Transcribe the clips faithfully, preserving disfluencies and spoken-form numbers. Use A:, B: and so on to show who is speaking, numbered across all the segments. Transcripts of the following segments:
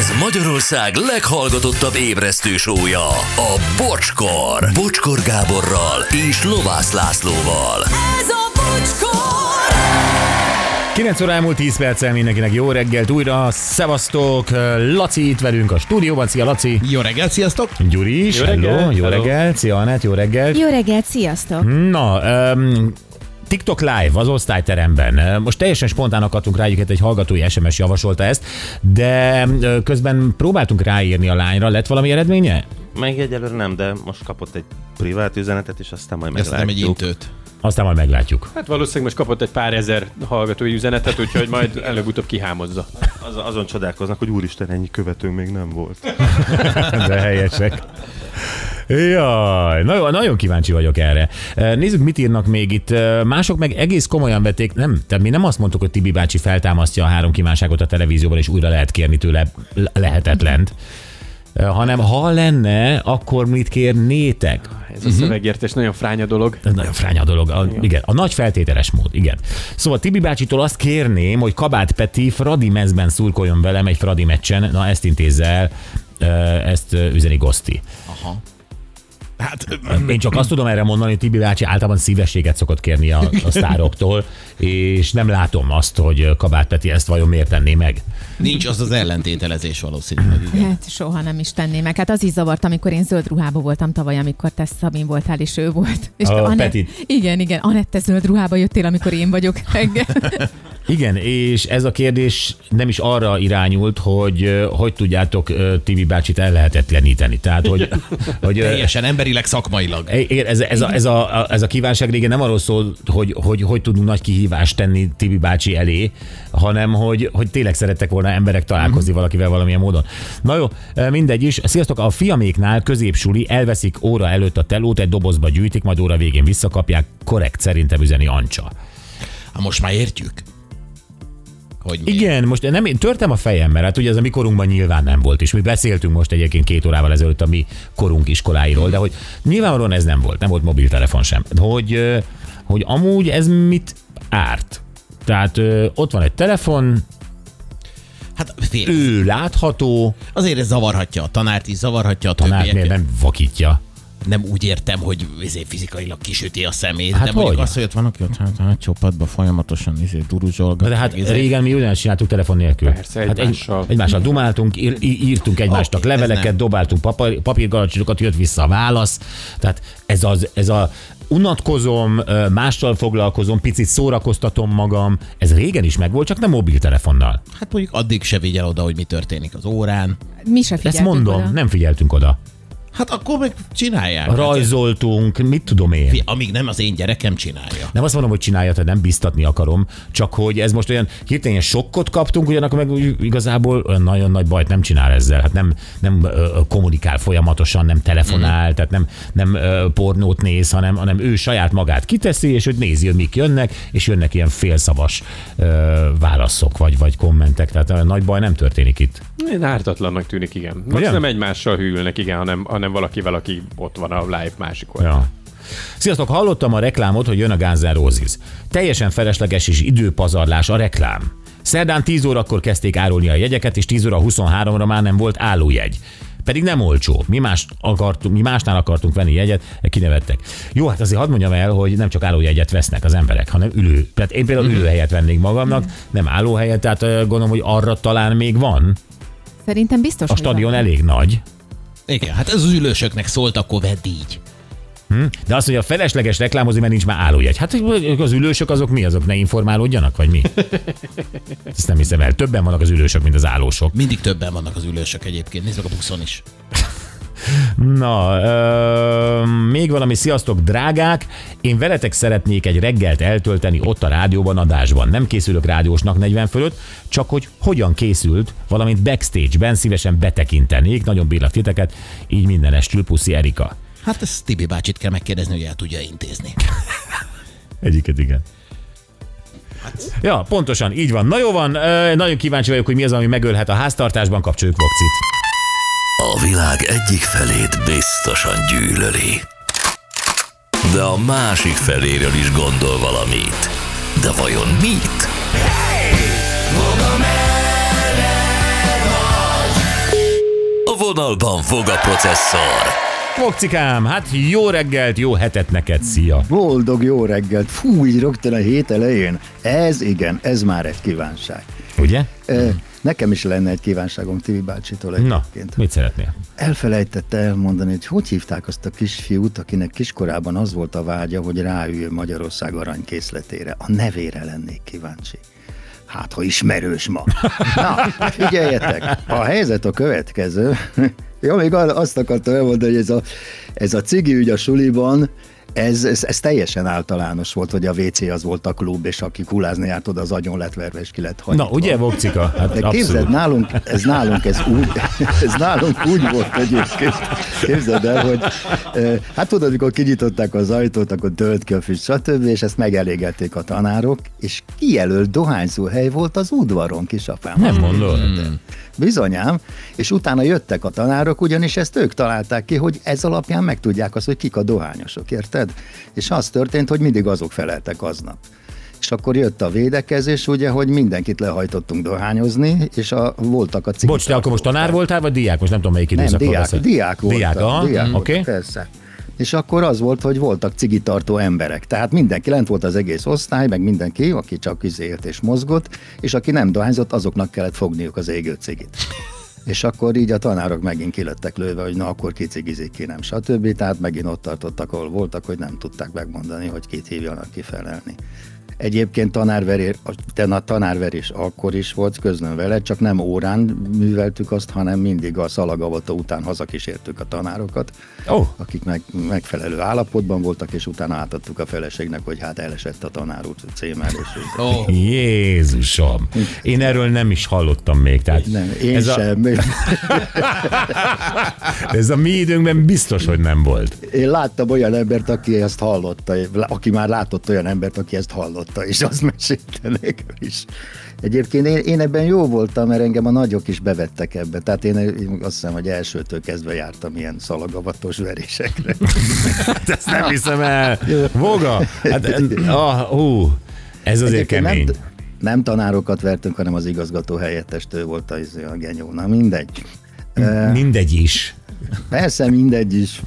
A: Ez Magyarország leghallgatottabb ébresztő show-ja, a Bocskor. Bocskor Gáborral és Lovász Lászlóval.
B: Ez a Bocskor!
C: kilenc óra elmúlt tíz perccel, mindenkinek jó reggelt újra. Szevasztok, Laci itt velünk a stúdióban. Szia, Laci!
D: Jó reggelt, sziasztok!
C: Gyuri is,
E: jó
C: hello,
E: reggelt,
C: jó
E: hello.
C: reggelt. Szia, Anett, jó reggelt!
F: Jó reggelt, sziasztok!
C: Na, um, TikTok Live az osztályteremben. Most teljesen spontán akadtunk rá, egy hallgatói es em es javasolta ezt, de közben próbáltunk ráírni a lányra. Lett valami eredménye?
E: Még egyelőre nem, de most kapott egy privát üzenetet, és aztán majd
D: Ezt nem egy
E: meglátjuk.
D: intőt.
C: Aztán majd meglátjuk.
G: Hát valószínűleg most kapott egy pár ezer hallgatói üzenetet, úgyhogy majd előbb-utóbb kihámozza.
E: Az, azon csodálkoznak, hogy úristen, ennyi követő még nem volt.
C: De helyesek. Jaj, nagyon, nagyon kíváncsi vagyok erre. Nézzük, mit írnak még itt. Mások meg egész komolyan vették. Nem, tehát mi nem azt mondtuk, hogy Tibi bácsi feltámasztja a három kívánságot a televízióban, és újra lehet kérni tőle lehetetlent. Hanem ha lenne, akkor mit kérnétek?
G: Ez a szövegértés nagyon fránya dolog.
C: Ez nagyon fránya dolog. A, igen. igen, a nagy feltételes mód, igen. Szóval Tibi bácsitól azt kérném, hogy Kabát Peti Fradi mezben szurkoljon velem egy Fradi meccsen. Na, ezt intézze el, ezt üzeni Goszti.
D: Aha. Hát,
C: Én csak azt tudom erre mondani, hogy Tibi bácsi általában szívességet szokott kérni a, a sztároktól, és nem látom azt, hogy Kabát Peti ezt vajon miért tenné meg.
D: nincs az az ellentételezés valószínűleg. Igen.
F: Hát soha nem is tenném meg. Hát az is zavart, amikor én zöld ruhában voltam tavaly, amikor te Szabin voltál, és ő volt. És
C: A
F: Anett,
C: Petit.
F: igen, igen. Anett, te zöld ruhába jöttél, amikor én vagyok reggel.
C: Igen, és ez a kérdés nem is arra irányult, hogy hogy tudjátok Tibi bácsit ellehetetleníteni. Tehát, hogy, hogy
D: Teljesen emberileg, szakmailag.
C: igen, ez, ez, a, ez, a, ez a kívánság régen nem arról szól, hogy, hogy hogy tudunk nagy kihívást tenni Tibi bácsi elé, hanem hogy, hogy tényleg szerettek volna emberek találkozni valakivel valamilyen módon. Na jó, mindegy is. Sziasztok, a fiaméknál középsuli, elveszik óra előtt a telót, egy dobozba gyűjtik, majd óra végén visszakapják. Korrekt szerintem üzeni Ancsa.
D: Hát most már értjük. Hogy miért.
C: Igen, most nem, én törtem a fejem, mert hát ugye ez a mi korunkban nyilván nem volt, és mi beszéltünk most egyébként két órával ezelőtt a mi korunk iskoláiról, de hogy nyilvánvalóan ez nem volt, nem volt mobiltelefon sem. Hogy, hogy amúgy ez mit árt? Tehát ott van egy telefon,
D: Hát fél.
C: ő látható,
D: Azért ez zavarhatja a tanárt is, zavarhatja a
C: tanár miért
D: többieket.
C: nem vakítja.
D: Nem úgy értem, hogy izé fizikailag kisüti a szemét,
C: Hát
D: de mondjuk
C: hogy?
D: azt, hogy ott van, aki ott hát, hát csapatban folyamatosan izé, duruzsolgat.
C: De hát
D: izé.
C: régen mi ugyanezt csináltuk telefon nélkül.
G: Persze,
C: hát
G: egymással.
C: Egy, egymással dumáltunk, ír, írtunk egymásnak
D: Oké, ez
C: leveleket,
D: nem.
C: dobáltunk papír, papírgalacsokat, jött vissza a válasz. Tehát ez, az, ez a unatkozom, mással foglalkozom, picit szórakoztatom magam, ez régen is megvolt, csak nem mobiltelefonnal.
D: Hát mondjuk addig se vigyel oda, hogy mi történik az órán.
F: Mi se
C: Ezt
F: figyeltünk
C: mondom,
F: oda.
C: nem figyeltünk oda.
D: Hát akkor meg csinálják.
C: Rajzoltunk, mit tudom én.
D: Hát, amíg nem az én gyerekem csinálja.
C: Nem azt mondom, hogy csinálja, tehát nem biztatni akarom, csak hogy ez most olyan hirtelen ilyen sokkot kaptunk, ugyanakkor meg úgy igazából olyan nagyon nagy bajt nem csinál ezzel. Hát nem, nem ö, kommunikál folyamatosan, nem telefonál, mm. tehát nem, nem ö, pornót néz, hanem, hanem ő saját magát kiteszi, és hogy nézi, hogy mik jönnek, és jönnek ilyen félszavas ö, válaszok, vagy, vagy kommentek, tehát olyan nagy baj nem történik itt.
G: Én ártatlannak tűnik, igen. Most
C: Ugyan?
G: nem egymással hűlnek, igen, hanem, hanem valakivel, aki ott van a live másik oldalon.
C: Ja. Sziasztok, hallottam a reklámot, hogy jön a Guns N' Roses. Teljesen felesleges és időpazarlás a reklám. Szerdán tíz órakor kezdték árulni a jegyeket, és tíz óra huszonháromra már nem volt állójegy. Pedig nem olcsó. Mi, más akartunk, mi másnál akartunk venni jegyet, kinevettek. Jó, hát azért hadd mondjam el, hogy nem csak állójegyet vesznek az emberek, hanem ülő. Tehát én például ülőhelyet vennék magamnak, nem állóhelyet, tehát gondolom, hogy arra talán még van.
F: Szerintem biztos,
C: A
F: hogy
C: stadion
F: van.
C: elég nagy.
D: Igen, hát ez az ülősöknek szólt, akkor vedd így.
C: Hm? De azt mondja, felesleges reklámozni, mert nincs már állójegy. Hát az ülősök azok mi? Azok ne informálódjanak, vagy mi? Ezt nem hiszem el. Többen vannak az ülősök, mint az állósok.
D: Mindig többen vannak az ülősök egyébként. Nézd meg a buszon is.
C: Na, ö, még valami, sziasztok, drágák! Én veletek szeretnék egy reggelt eltölteni ott a rádióban, adásban. Nem készülök rádiósnak negyven fölött, csak hogy hogyan készült, valamint backstage-ben szívesen betekintenék. Nagyon bírlak titeket, így mindenestül, puszi Erika.
D: Hát ezt Tibi bácsit kell megkérdezni, hogy el tudja intézni.
C: Egyiket igen.
D: Hát,
C: Ja, pontosan, így van. Na jó van, ö, nagyon kíváncsi vagyok, hogy mi az, ami megölhet a háztartásban, kapcsoljuk Vokcit.
A: A világ egyik felét biztosan gyűlöli, de a másik feléről is gondol valamit. De vajon mit? Hey! Maga merre vagy? vonalban fog a processzor.
C: Vokcikám, hát jó reggelt, jó hetet neked, szia!
H: Boldog jó reggelt! Fú, így rögtön a hét elején. Ez igen, ez már egy kívánság.
C: Ugye?
H: E, nekem is lenne egy kívánságom Tibi bácsitól
C: Na,
H: egyébként.
C: mit szeretnél?
H: Elfelejtette elmondani, hogy hogy hívták azt a kisfiút, akinek kiskorában az volt a vágya, hogy ráüljön Magyarország aranykészletére. A nevére lennék kíváncsi. Hát, ha ismerős ma. Na, figyeljetek, a helyzet a következő. Ja, még azt akartam elmondani, hogy ez a, ez a cigi ügy a suliban, ez, ez, ez teljesen általános volt, hogy a vé cé az volt a klub, és aki kulázni járt oda, az agyon lett verve, és ki lett hagyva.
C: Na, ugye, Vokcika? Hát
H: de képzeld, nálunk, ez nálunk ez úgy, ez nálunk úgy volt egyébként. Képzeld el, hogy hát tudod, amikor kinyitották az ajtót, akkor tölt ki a füst, stb., és ezt megelégelték a tanárok, és kijelölt dohányzó hely volt az udvaron, kisapám.
C: Nem mondod. Hmm.
H: Bizonyám, és utána jöttek a tanárok, ugyanis ezt ők találták ki, hogy ez alapján megtudják azt, hogy kik a dohányosok, érted? És az történt, hogy mindig azok feleltek aznap. És akkor jött a védekezés, ugye, hogy mindenkit lehajtottunk dohányozni, és a, voltak a cigitartók.
C: Bocs, te akkor most tanár voltál, vagy diák? Most nem tudom, melyik időszakról
H: Nem, diák,
C: beszél.
H: diák voltam.
C: Diák, aha,
H: diák
C: oké.
H: okay. Persze. És akkor az volt, hogy voltak cigitartó emberek. Tehát mindenki, lent volt az egész osztály, meg mindenki, aki csak élt és mozgott, és aki nem dohányzott, azoknak kellett fogniuk az égő cigit. És akkor így a tanárok megint kilettek lőve, hogy na akkor ki cigizik, ki nem, stb. Tehát megint ott tartottak, ahol voltak, hogy nem tudták megmondani, hogy kit hívjanak kifelelni. Egyébként tanárverés, a tanárverés akkor is volt, közlöm vele, csak nem órán műveltük azt, hanem mindig a szalagavató után hazakísértük a tanárokat, oh. akik meg, megfelelő állapotban voltak, és utána átadtuk a feleségnek, hogy hát elesett a tanár út címmel.
C: Oh. Jézusom! Én erről nem is hallottam még. Tehát
H: nem, én
C: ez
H: sem.
C: A... ez a mi időnkben biztos, hogy nem volt.
H: Én láttam olyan embert, aki ezt hallotta, aki már látott olyan embert, aki ezt hallotta, és azt mesélte nekem is. Egyébként én, én ebben jó voltam, mert engem a nagyok is bevettek ebbe. Tehát én, én azt hiszem, hogy elsőtől kezdve jártam ilyen szalagavatos verésekre.
C: Ezt nem hiszem el. Voga! Hát, ah, hú, ez azért egyébként kemény.
H: Nem, nem tanárokat vertünk, hanem az igazgató helyettestől volt az a genyó. Na mindegy.
C: Mindegy is.
H: Persze, mindegy is.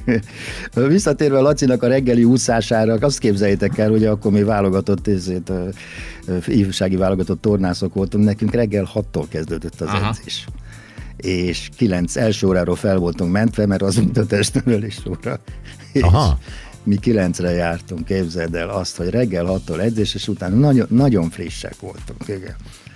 H: Visszatérve Lacinak a reggeli úszására, azt képzeljétek el, hogy akkor mi válogatott, ezért, ifjúsági válogatott tornászok voltunk, nekünk reggel hattól kezdődött az Aha. edzés. És kilenc első óráról fel voltunk mentve, mert az mint a testnövelés óra. Aha. Mi kilencre jártunk, képzeld el azt, hogy reggel hattól edzés, és utána nagyon, nagyon frissek voltunk. Igen.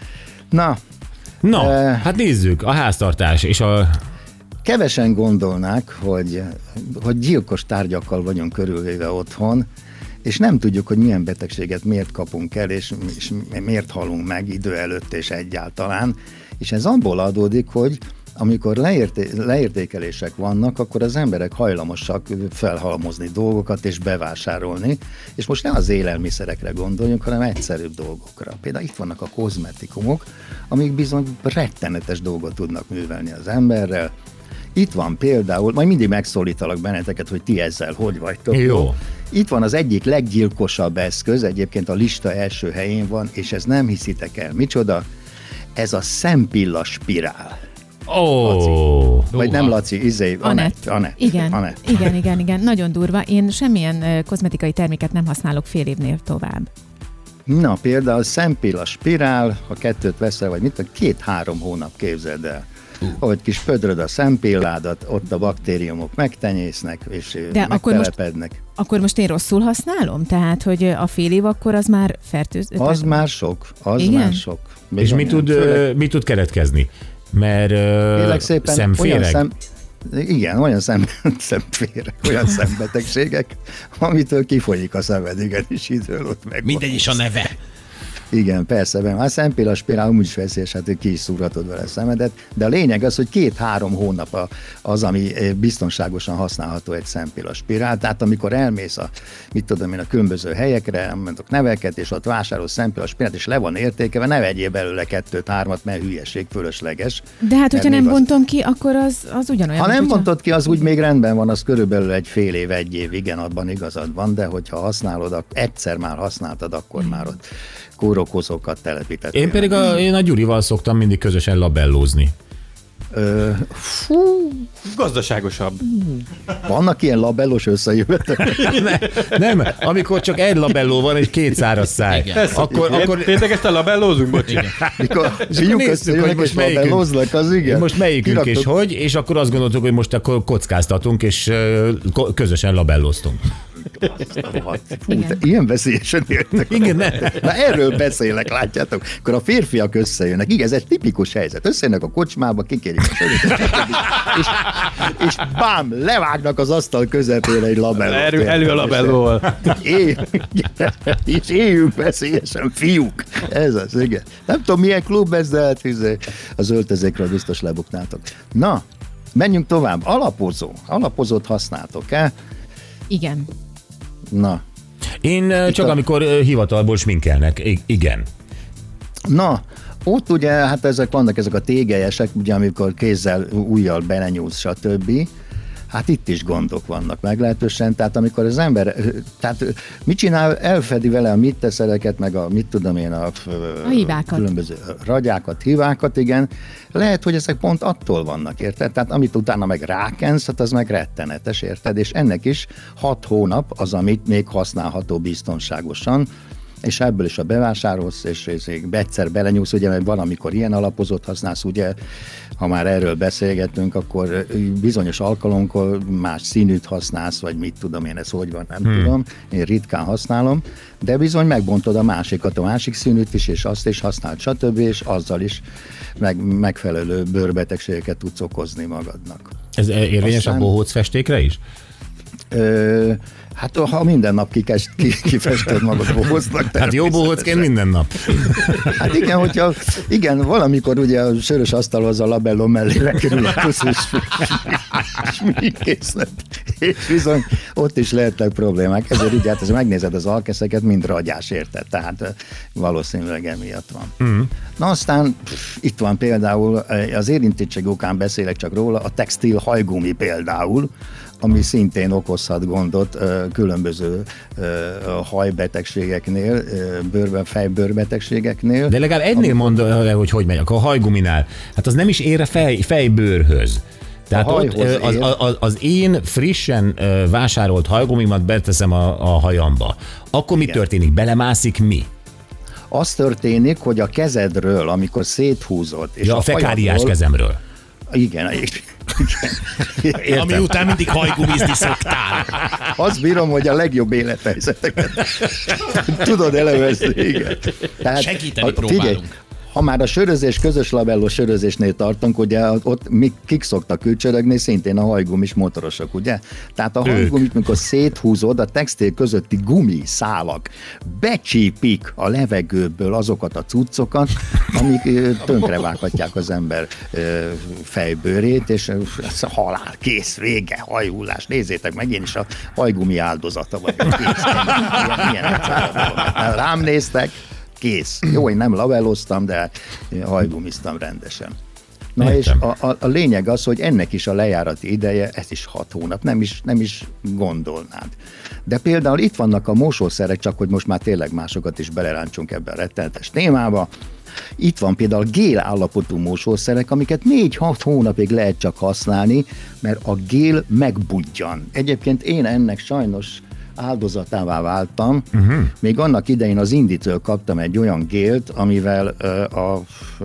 H: Na.
C: Na, e- hát nézzük, a háztartás és a...
H: Kevesen gondolnák, hogy, hogy gyilkos tárgyakkal vagyunk körülvéve otthon, és nem tudjuk, hogy milyen betegséget miért kapunk el, és, és miért halunk meg idő előtt és egyáltalán. És ez abból adódik, hogy amikor leérté- leértékelések vannak, akkor az emberek hajlamosak felhalmozni dolgokat és bevásárolni, és most nem az élelmiszerekre gondoljunk, hanem egyszerűbb dolgokra. Például itt vannak a kozmetikumok, amik bizony rettenetes dolgot tudnak művelni az emberrel. Itt van például, majd mindig megszólítalak benneteket, hogy ti ezzel hogy vagytok.
C: Jó.
H: Itt van az egyik leggyilkosabb eszköz, egyébként a lista első helyén van, és ez nem hiszitek el, micsoda, ez a szempilla spirál.
C: Ó, oh.
H: Vagy nem Laci, izé, Anett. Anett.
F: Igen,
H: Anett.
F: igen, igen, igen, nagyon durva. Én semmilyen kozmetikai terméket nem használok fél évnél tovább.
H: Na, például szempilla spirál, ha kettőt veszel, vagy mit, két-három hónap képzeld el. Uh. Ahogy kis pödröd a szempilládat, ott a baktériumok megtenyésznek, és
F: de
H: megtelepednek.
F: Akkor most, akkor most én rosszul használom? Tehát, hogy a fél év akkor az már fertőző?
H: Az tehát... már sok, az
F: igen?
H: már sok.
C: Bizony, és mi tud, főleg... mi tud keletkezni? Mert uh, szemféreg? Szem,
H: igen, olyan szem, szemféreg, olyan szembetegségek, amitől kifolyik a szemed, igenis időről ott meg.
D: Mindegy is a neve.
H: Igen, persze, a szempilla spirál úgy is veszélyes, hát ki is szúrhatod vele a szemedet, de a lényeg az, hogy két-három hónap az, ami biztonságosan használható egy szempilla spirál, tehát amikor elmész a, mit tudom én, a különböző helyekre, mondok neveket, és ott vásárolsz szempilla spirált, és le van értékelve, ne vegyél belőle kettőt-hármat, mert hülyeség, fölösleges.
F: De hát, hogyha nem bontom az... ki, akkor az, az ugyanolyan.
H: Ha nem
F: hogyha...
H: bontod ki, az úgy még rendben van, az körülbelül egy fél év, egy év, igen, abban igazad van, de hogyha használod, akkor egyszer már használtad, akkor mm. már ott kórokozókat telepítettél.
C: Én pedig a, én a Gyurival szoktam mindig közösen labellózni.
H: Ö, fú,
G: Gazdaságosabb.
H: vannak ilyen labellos összejövetek?
C: Ne, nem, amikor csak egy labelló van és két száraz száj.
D: Igen.
C: Akkor,
G: Akkor...
C: akkor
G: Péntek ezt a labellózunk, bocsi.
H: Mikor
C: És
H: fiúk
C: akkor nézzük,
H: összejönnek
C: hogy most
H: és
C: melyikünk-
H: labelloznak, az igen.
C: most melyikünk és
H: Kiraktok-
C: hogy, és akkor azt gondoltuk, hogy most akkor kockáztatunk, és ö, ko- közösen labelloztunk.
H: Fú, te ilyen veszélyesen éltek.
C: Igen, ne.
H: Na erről beszélek, látjátok? Akkor a férfiak összejönnek. Igen, ez egy tipikus helyzet. Összejönnek a kocsmába, kikérik a söröt, és, és bám, levágnak az asztal közepére egy labellót.
G: Elő, elő a labellóval.
H: Éj, és éljünk veszélyesen, fiúk. Ez az, igen. Nem tudom, milyen klub ez, de hát izé, az öltözékről biztos lebuknátok. Na, menjünk tovább. Alapozó. Alapozót használtok-e?
F: Igen.
H: Na,
C: Én ö, csak
H: a-
C: amikor ö, hivatalból sminkelnek, I- igen.
H: Na, ott ugye, hát ezek vannak ezek a tégelyesek, ugye amikor kézzel, ujjal belenyúlsz, stb. Hát itt is gondok vannak meglehetősen, tehát amikor az ember, tehát mit csinál, elfedi vele a mit teszeleket, meg a mit tudom én, a,
F: A hibákat.
H: különböző ragyákat, hibákat, igen. Lehet, hogy ezek pont attól vannak, érted? Tehát amit utána meg rákensz, hát az meg rettenetes, érted? És ennek is hat hónap az, amit még használható biztonságosan, és ebből is a bevásárolsz, és, és egyszer belenyúlsz, ugye, mert valamikor ilyen alapozót használsz, ugye, ha már erről beszélgetünk, akkor bizonyos alkalomkor más színűt használsz, vagy mit tudom én, ez hogy van, nem hmm. tudom, én ritkán használom, de bizony megbontod a másikat, a másik színűt is, és azt is használd, stb., és azzal is meg, megfelelő bőrbetegségeket tudsz okozni magadnak.
C: Ez érvényes
H: Aztán-
C: a bohóc festékre is?
H: Ö, hát ha minden nap kikes, ki, kifested magad bohóznak.
C: Hát jó bohócként minden nap.
H: Hát igen, hogyha, igen, valamikor ugye a sörös asztalhoz a labelló mellé lekerül a tusz, és, és mindig kész lett. És bizony ott is lehetnek problémák. Ezért így, hát ez megnézed az alkeszeket, mind ragyás, érted? Tehát valószínűleg emiatt van. Mm. Na aztán pff, itt van például, az érintettség okán beszélek csak róla, a textil hajgumi például, ami szintén okozhat gondot ö, különböző ö, hajbetegségeknél, ö, bőrben, fejbőrbetegségeknél.
C: De legalább egynél mondd, ö, hogy hogy megy, akkor a hajguminál. Hát az nem is ér a fej, fejbőrhöz. Tehát
H: A
C: ott,
H: hajhoz
C: ö, az,
H: ér.
C: az, az én frissen ö, vásárolt hajgumimat beteszem a, a hajamba. Akkor mi
H: Igen.
C: történik? Belemászik mi?
H: Az történik, hogy a kezedről, amikor széthúzod, és
C: Ja, a
H: a
C: fekáriás
H: hajadról-
C: kezemről.
H: Igen, és, igen.
D: Ami után mindig hajgumizni szoktál.
H: Azt bírom, hogy a legjobb élethelyzeteket tudod elevezni, igen. Tehát,
D: Segíteni
H: a-
D: próbálunk.
H: Figyelj, ha már a sörözés, közös labelló sörözésnél tartunk, ugye ott mi, kik szoktak külcsörögni, szintén a hajgumis motorosok, ugye? Tehát a hajgumit, mikor széthúzod, a textil közötti gumi szálak becsípik a levegőből azokat a cuccokat, amik ö, tönkrevághatják az ember ö, fejbőrét, és ö, ez a halál, kész, vége, hajhullás, nézzétek meg, én is a hajgumi áldozata vagyok, kész. Ilyen, ilyen egyszerű dolog. Rám néztek, kész. Jó, én nem labelloztam, de én hajgumiztam rendesen. Na
C: Értem.
H: és a, a, a lényeg az, hogy ennek is a lejárati ideje, ez is hat hónap, nem is, nem is gondolnád. De például itt vannak a mosószerek, csak hogy most már tényleg másokat is beleráncsunk ebben a rettenetes témába. Itt van például gél állapotú mosószerek, amiket négy-hat hónapig lehet csak használni, mert a gél megbudjan. Egyébként én ennek sajnos áldozatává váltam. Uh-huh. Még annak idején az Inditől kaptam egy olyan gélt, amivel ö, a ö,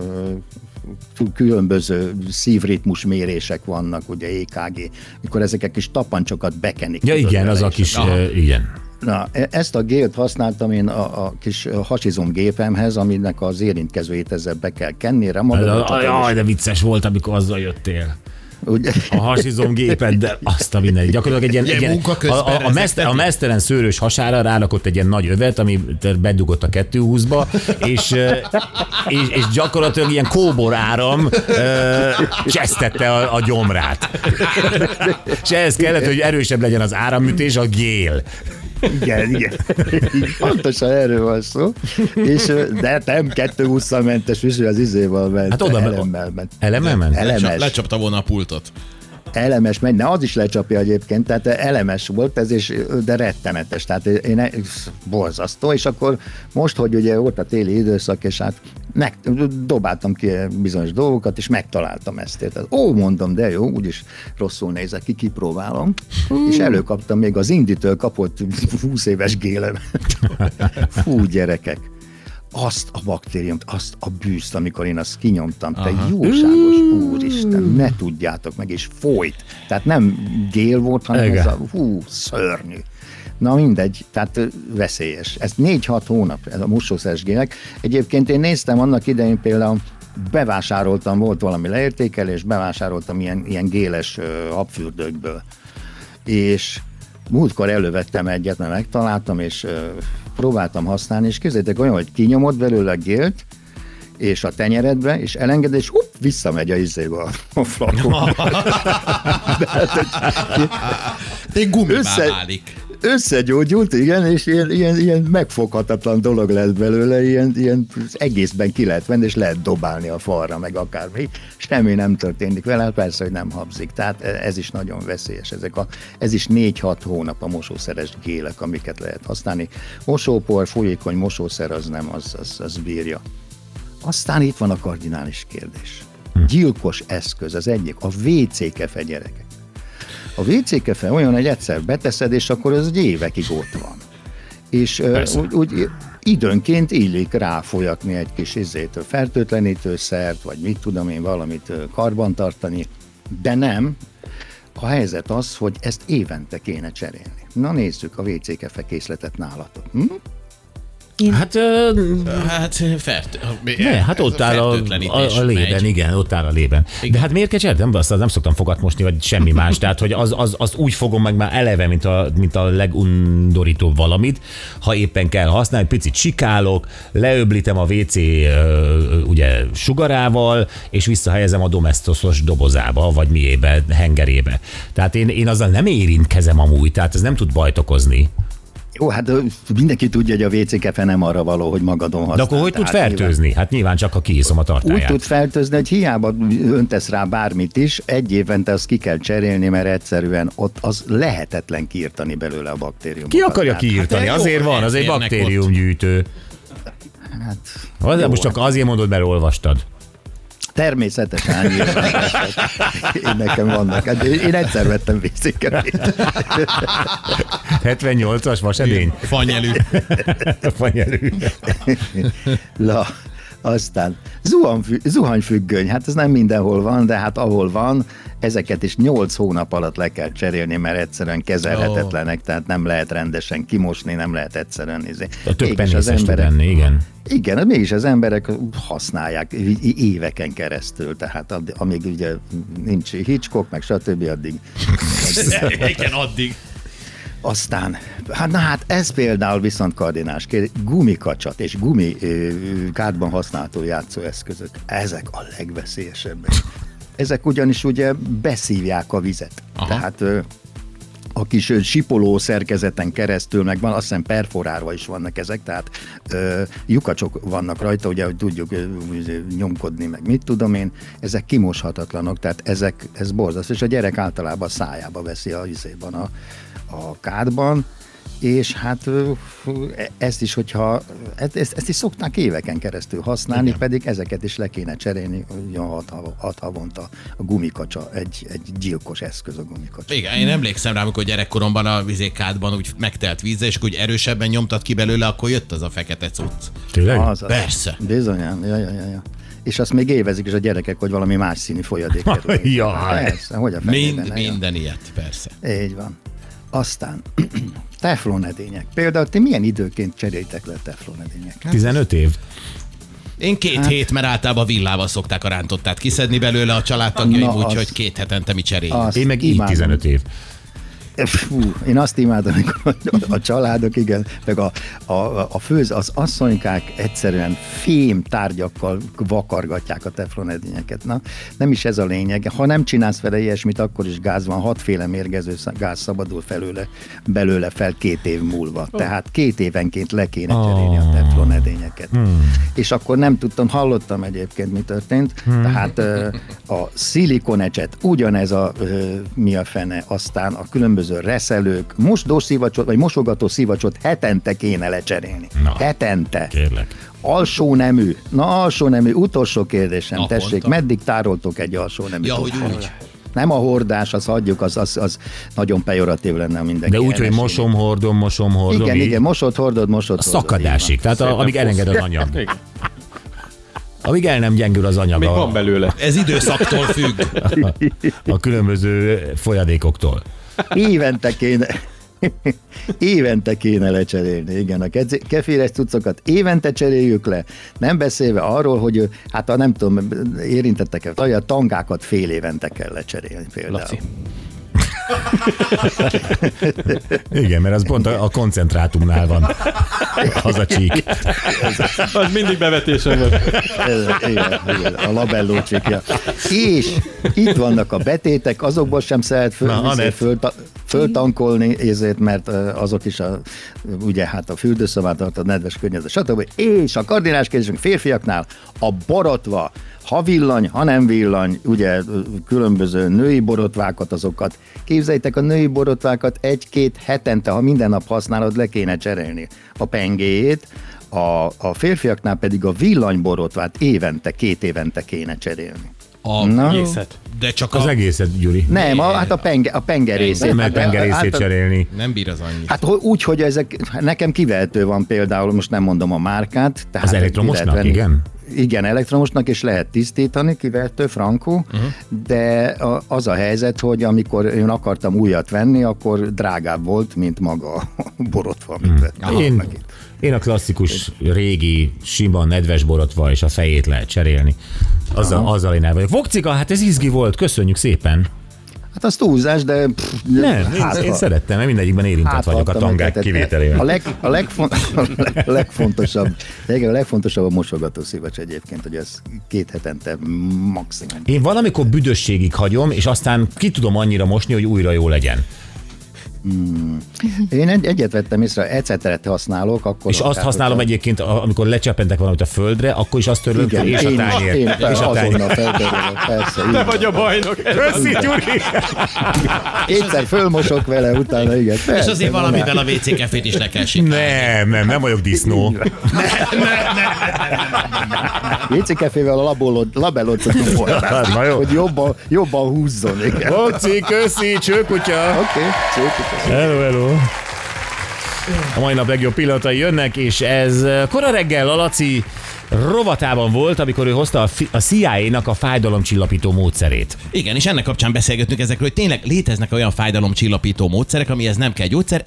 H: különböző szívritmus mérések vannak, ugye é ká gé, mikor ezeket kis tapancsokat bekenik.
C: Ja
H: tudod,
C: igen,
H: vele,
C: az a
H: és
C: kis,
H: akkor-
C: ö, igen.
H: Na, e- ezt a gélt használtam én a, a kis hasizomgépemhez, aminek az érintkezőjét ezzel be kell kenni, remagolni.
C: Jaj, de vicces volt, amikor azzal jöttél.
H: Ugye?
C: A hasizomgépeddel, azt a minden. Gyakorlatilag egy ilyen,
D: Ilyen
C: egy ilyen
D: munka közben
C: a, a, a, meszte, a mesztelen szőrös hasára rálakott egy ilyen nagy övet, ami bedugott a kettőhúszba, és, és, és gyakorlatilag ilyen kóbor áram csesztette a, a gyomrát. És ehhez kellett, hogy erősebb legyen az áramütés, a gél.
H: Igen, igen. Pontosan erről van szó. És, de nem kettőhússzal mentes, és az izéval ment.
C: Hát oda
H: elemmel ment.
C: Elemmel ment?
H: Elemes.
D: Lecsa- Lecsapta volna a pultot.
H: elemes megy, ne az is lecsapja egyébként, tehát elemes volt ez, és, de rettenetes, tehát én borzasztó, és akkor most, hogy ugye volt a téli időszak, és hát meg, dobáltam ki bizonyos dolgokat, és megtaláltam ezt. Tehát, ó, mondom, de jó, úgyis rosszul nézek ki, kipróbálom, mm. és előkaptam még az Inditől kapott húsz éves gélemet. Fú, gyerekek! Azt a baktériumot, azt a bűzt, amikor én azt kinyomtam, te Aha. jóságos úristen, ne tudjátok meg, és folyt. Tehát nem gél volt, hanem Ege. ez a hú, szörnyű. Na mindegy, tehát veszélyes. Ez négy-hat hónap, ez a mosószeres gélek. Egyébként én néztem annak idején például, bevásároltam, volt valami leértékelés, bevásároltam ilyen, ilyen géles uh, habfürdőkből. És múltkor elővettem egyet, mert megtaláltam, és uh, próbáltam használni, és képzeljétek olyan, hogy kinyomod belőle a gélt, és a tenyeredbe, és elenged, és hupp, visszamegy a izébe a, a flakon.
D: Egy gumibá válik.
H: Összegyógyult, igen, és ilyen, ilyen, ilyen megfoghatatlan dolog lett belőle, ilyen, ilyen egészben ki lehet venni, és lehet dobálni a falra, meg akármi. Semmi nem történik vele, persze, hogy nem habzik. Tehát ez is nagyon veszélyes. Ezek a, ez is négy-hat hónap a mosószeres gélek, amiket lehet használni. Mosópor, folyékony mosószer, az nem, az, az, az bírja. Aztán itt van a kardinális kérdés. Gyilkos eszköz, az egyik, a vé cé kefe, gyerekek. A vé cé kefe olyan, hogy egyszer beteszed, és akkor az évekig ott van. És uh, úgy, úgy időnként illik ráfolyatni egy kis izzétől, fertőtlenítőszert, vagy mit tudom én, valamit karbantartani, de nem. A helyzet az, hogy ezt évente kéne cserélni. Na nézzük a vé cé kefe készletet nálatok. Hm?
C: Én... Hát, uh,
D: hát, fert...
C: ne, hát ott áll a, a, a lében, megy. Igen, ott áll a lében. Igen. De hát miért kell cserélni? Nem, azt nem szoktam fogat mosni, vagy semmi más. Tehát, hogy az, az, azt úgy fogom meg már eleve, mint a, mint a legundorítóbb valamit, ha éppen kell használni, picit sikálok, leöblítem a vé cé uh, ugye, sugarával, és visszahelyezem a Domestosos dobozába, vagy miébe, hengerébe. Tehát én, én azzal nem érintkezem amúgy, tehát ez nem tud bajt okozni.
H: Jó, hát mindenki tudja, hogy a vé cé kefe nem arra való, hogy magadon használ.
C: De akkor hogy tud fertőzni? Nyilván... Hát nyilván csak, ha kiiszom a tartályát.
H: Úgy tud fertőzni, hogy hiába öntesz rá bármit is, egy évente azt ki kell cserélni, mert egyszerűen ott az lehetetlen kiírtani belőle a baktériumokat.
C: Ki akarja kiírtani? Hát azért van, az egy baktériumgyűjtő. Hát, az, most csak azért mondod, mert olvastad.
H: Természetesen én nekem vannak. Én egyszer vettem vé cé kefét.
C: hetvennyolcas vasedény?
D: Fanyelű.
C: Fanyelű.
H: La, aztán zuhanyfüggöny, hát ez nem mindenhol van, de hát ahol van, ezeket is nyolc hónap alatt le kell cserélni, mert egyszerűen kezelhetetlenek, tehát nem lehet rendesen kimosni, nem lehet egyszerűen nézni.
C: A több penészes tud lenni, igen.
H: Igen, mégis az emberek használják éveken keresztül, tehát amíg ugye nincs Hitchcock, meg stb. addig.
D: Igen, addig.
H: Aztán, hát na hát ez például viszont kardinás kérdés, gumikacsat és gumi ö, kádban használható játszóeszközök, ezek a legveszélyesebbek. Ezek ugyanis ugye beszívják a vizet. Aha. Tehát ö, a kis sipoló szerkezeten keresztül, meg van, azt hiszem perforálva is vannak ezek, tehát ö, lyukacsok vannak rajta, ugye, hogy tudjuk ö, nyomkodni, meg mit tudom én, ezek kimoshatatlanok, tehát ezek, ez borzasztó, és a gyerek általában a szájába veszi a izében a a kádban, és hát ezt is, hogyha ezt, ezt is szokták éveken keresztül használni, igen. Pedig ezeket is le kéne cserélni, hat, hat havonta a gumikacsa, egy, egy gyilkos eszköz a gumikacsa.
D: Igen, én emlékszem rá, amikor gyerekkoromban a vizékádban úgy megtelt vízzel, és akkor úgy erősebben nyomtad ki belőle, akkor jött az a fekete cucc.
C: Tényleg?
H: Az, az,
D: persze.
H: Bizonyán, ja, ja, ja, ja. És azt még évezik is a gyerekek, hogy valami más színű folyadék.
C: Jaj.
H: Persze, hogy a
D: Mind, minden ilyet, persze.
H: Így van. Aztán teflonedények. Például ti milyen időként cserélitek le teflonedényeket?
C: tizenöt év.
D: Én két hát, hét, mert általában villával szokták a rántottát kiszedni belőle a családtagjaim, úgyhogy két hetente mi cseréljük.
C: Én meg így tizenöt év.
H: Fú, én azt imádom, amikor a családok, igen, meg a, a, a főz, az asszonykák egyszerűen fém tárgyakkal vakargatják a teflonedényeket. Na, nem is ez a lényeg. Ha nem csinálsz vele ilyesmit, akkor is gáz van, hatféle mérgező gáz szabadul felőle, belőle fel két év múlva. Tehát két évenként le kéne cserélni a teflonedényeket. Hmm. És akkor nem tudtam, hallottam egyébként, mi történt. Hmm. Tehát a szilikonecset, ugyanez a mi a fene, aztán a különböző reszelők, mosdószívacsot, vagy mosogató szívacsot hetente kéne lecserélni. Na, hetente.
C: Kérlek.
H: Alsó nemű. Na, alsó nemű. Utolsó kérdésem,
D: Na,
H: tessék,
D: mondtam.
H: meddig tároltok egy alsó nemű?
D: Ja, hogy úgy.
H: Nem a hordás, az hagyjuk, az, az, az nagyon pejoratív lenne mindenki.
C: De úgy, hogy
H: elmeséli.
C: mosom, hordom, mosom, hordom.
H: Igen,
C: így.
H: igen, mosod, hordod, mosod,
C: A
H: hordod.
C: szakadásig, tehát a, amíg elenged az anyag.
G: Igen.
C: Amíg el nem gyengül az anyag
G: Még
C: a,
G: van belőle.
D: Ez időszaktól függ.
C: a, a különböző folyadékoktól.
H: Évente kéne, évente kéne lecserélni, igen, a kefires cuccokat évente cseréljük le, nem beszélve arról, hogy hát a nem tudom, érintettek a tangákat fél évente kell lecserélni például.
G: Laci.
C: Igen, mert az pont a, a koncentrátumnál van. Az a csík.
G: Az mindig bevetésen van.
H: Ez, igen, igen, a labelló csikja. És itt vannak a betétek, azokból sem szeret föl,
C: Na,
H: föl, föl, föltankolni, ezért, mert azok is a, ugye hát a fürdőszobát, a nedves környezet, stb. És a kardinális kérdésünk férfiaknál a borotva, ha villany, ha nem villany, ugye különböző női borotvákat, azokat. Képzeljétek, a női borotvákat egy-két hetente, ha minden nap használod, le kéne cserélni a pengéjét, a, a férfiaknál pedig a villanyborotvát évente, két évente kéne cserélni.
D: A
H: Na?
G: Egészet.
D: De csak
C: Az
D: a...
C: egészet, Gyuri.
H: Nem, a, hát a, penge, a pengerészét.
C: Nem lehet pengerészét cserélni.
D: Nem bír az annyi.
H: Hát ho- úgy, hogy ezek, nekem kivehető van például, most nem mondom a márkát. Tehát
C: Az elektromosnak,
H: ki lehet venni-
C: igen?
H: Igen, elektromosnak, és lehet tisztítani, kivehető, frankó, uh-huh. de a, az a helyzet, hogy amikor én akartam újat venni, akkor drágább volt, mint maga a borotva, amit hmm. vettem.
C: Én, én a klasszikus, régi, sima, nedves borotva és a fejét lehet cserélni. Azzal, azzal én el vagyok. Vokcika, hát ez izgi volt, köszönjük szépen.
H: Hát az túlzás, de... Pff,
C: Nem, én,
H: hát,
C: én szerettem, mert mindegyikben érintett vagyok a tangák kivételével.
H: A, leg, a, legfon, a legfontosabb, a legfontosabb a mosogató szívacs egyébként, hogy ez két hetente maximum.
C: Én valamikor büdösségig hagyom, és aztán ki tudom annyira mosni, hogy újra jó legyen.
H: Hmm. Én egy, egyet vettem észre, eceteret használok, akkor...
C: És azt használom egyébként, amikor lecsepentek valamit a földre, akkor is azt törlöm,
H: Igen,
C: és a
H: én,
C: tányér.
H: én,
C: És a tányér.
H: azonnal feltörlök, persze.
G: Te vagy a bajnok.
C: Köszi, Gyuri!
H: Kétszer fölmosok vele, utána igen.
D: És
H: Persze,
D: azért
H: nem,
D: valamivel a vé cé kefét is le kell sikálni.
C: Nem, nem, nem vagyok disznó.
H: vé cé kefével a labellót, labellót
C: Hát, na jó.
H: hogy jobban, jobban húzzon. Igen.
C: Vokci, köszi, csőkutya!
H: Oké, okay.
C: Hello, hello. A mai nap legjobb pillanatai jönnek, és ez kora reggel a Laci rovatában volt, amikor ő hozta a, fi- a C I A-nak a fájdalomcsillapító módszerét.
D: Igen, és ennek kapcsán beszélgetünk ezekről, hogy tényleg léteznek olyan fájdalomcsillapító módszerek, amihez nem kell gyógyszer,